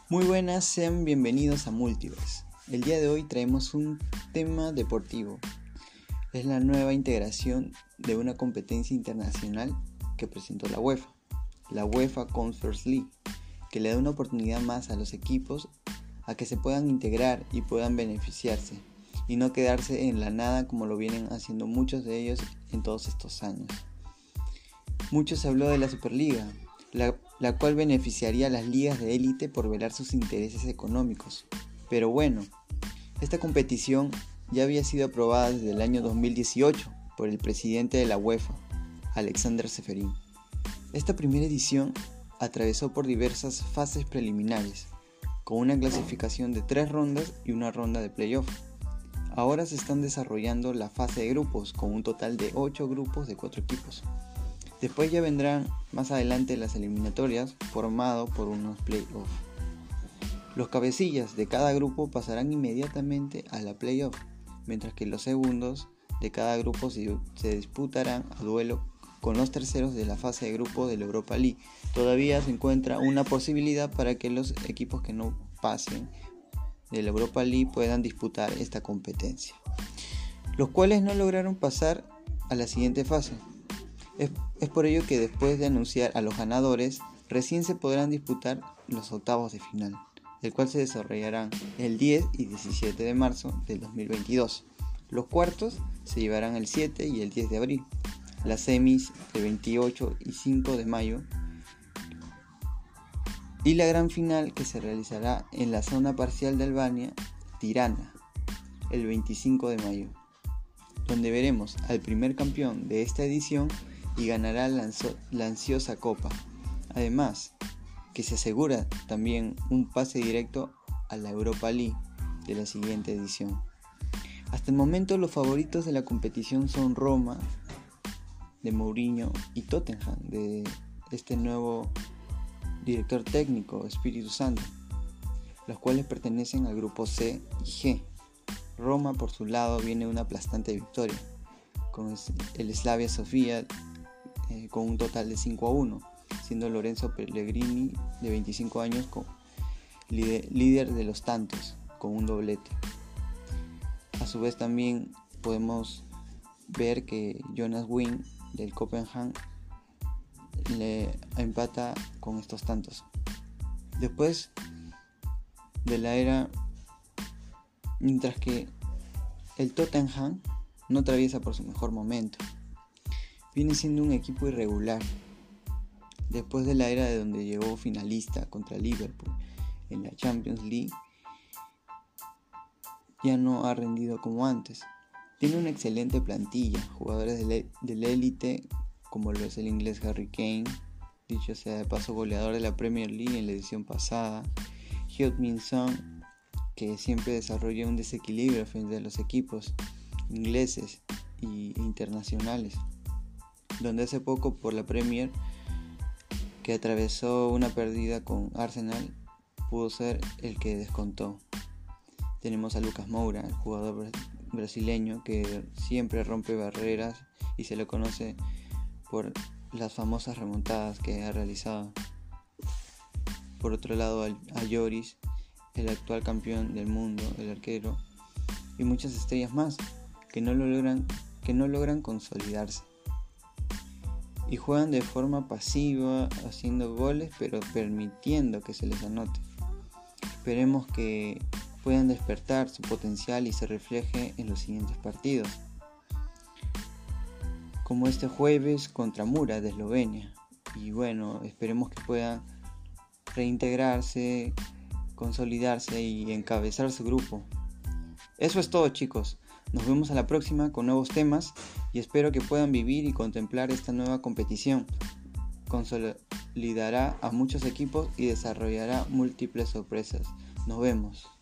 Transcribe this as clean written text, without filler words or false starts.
Muy buenas, sean bienvenidos a Multiverse. El día de hoy traemos un tema deportivo. Es la nueva integración de una competencia internacional que presentó la UEFA Conference League, que le da una oportunidad más a los equipos a que se puedan integrar y puedan beneficiarse y no quedarse en la nada como lo vienen haciendo muchos de ellos en todos estos años. Mucho se habló de la Superliga, la cual beneficiaría a las ligas de élite por velar sus intereses económicos. Pero bueno, esta competición ya había sido aprobada desde el año 2018 por el presidente de la UEFA, Alexander Ceferin. Esta primera edición atravesó por diversas fases preliminares, con una clasificación de 3 rondas y una ronda de playoff. Ahora se están desarrollando la fase de grupos, con un total de 8 grupos de 4 equipos. Después ya vendrán más adelante las eliminatorias, formado por unos playoffs. Los cabecillas de cada grupo pasarán inmediatamente a la playoff, mientras que los segundos de cada grupo se disputarán a duelo con los terceros de la fase de grupo de la Europa League. Todavía se encuentra una posibilidad para que los equipos que no pasen de la Europa League puedan disputar esta competencia, los cuales no lograron pasar a la siguiente fase. Es por ello que después de anunciar a los ganadores, recién se podrán disputar los octavos de final, el cual se desarrollarán el 10 y 17 de marzo del 2022. Los cuartos se llevarán el 7 y el 10 de abril, las semis el 28 y 5 de mayo, y la gran final que se realizará en la zona parcial de Albania, Tirana, el 25 de mayo, donde veremos al primer campeón de esta edición y ganará la ansiosa copa. Además, que se asegura también un pase directo a la Europa League de la siguiente edición. Hasta el momento los favoritos de la competición son Roma, de Mourinho, y Tottenham, de este nuevo director técnico, Espíritu Santo, los cuales pertenecen al grupo C y G. Roma, por su lado, viene una aplastante victoria con el Slavia Sofía con un total de 5-1, siendo Lorenzo Pellegrini, de 25 años, líder de los tantos, con un doblete. A su vez también podemos ver que Jonas Wind, del Copenhagen, le empata con estos tantos. Después de la era, mientras que el Tottenham no atraviesa por su mejor momento, viene siendo un equipo irregular. Después de la era de donde llegó finalista contra Liverpool en la Champions League, ya no ha rendido como antes. Tiene una excelente plantilla, jugadores de la élite como lo es el inglés Harry Kane, dicho sea de paso goleador de la Premier League en la edición pasada, Heung-min Son, que siempre desarrolla un desequilibrio frente a los equipos ingleses e internacionales, donde hace poco por la Premier, que atravesó una pérdida con Arsenal, pudo ser el que descontó. Tenemos a Lucas Moura, el jugador brasileño que siempre rompe barreras y se le conoce por las famosas remontadas que ha realizado. Por otro lado, a Lloris, el actual campeón del mundo, el arquero, y muchas estrellas más que no logran consolidarse y juegan de forma pasiva, haciendo goles pero permitiendo que se les anote. Esperemos que puedan despertar su potencial y se refleje en los siguientes partidos, como este jueves contra Mura de Eslovenia. Y bueno, esperemos que puedan reintegrarse, consolidarse y encabezar su grupo. Eso es todo, chicos. Nos vemos a la próxima con nuevos temas y espero que puedan vivir y contemplar esta nueva competición. Consolidará a muchos equipos y desarrollará múltiples sorpresas. Nos vemos.